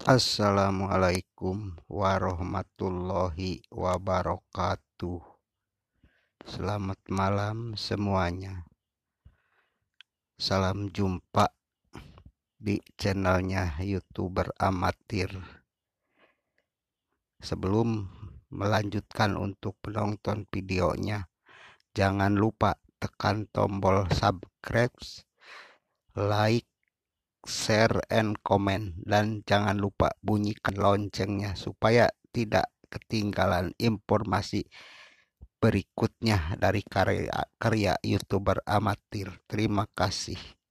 Assalamualaikum warahmatullahi wabarakatuh. Selamat malam semuanya. Salam jumpa di channelnya YouTuber Amatir. Sebelum melanjutkan untuk penonton videonya, jangan lupa tekan tombol subscribe, like, share, and comment, dan jangan lupa bunyikan loncengnya supaya tidak ketinggalan informasi berikutnya dari karya YouTuber Amatir. Terima kasih.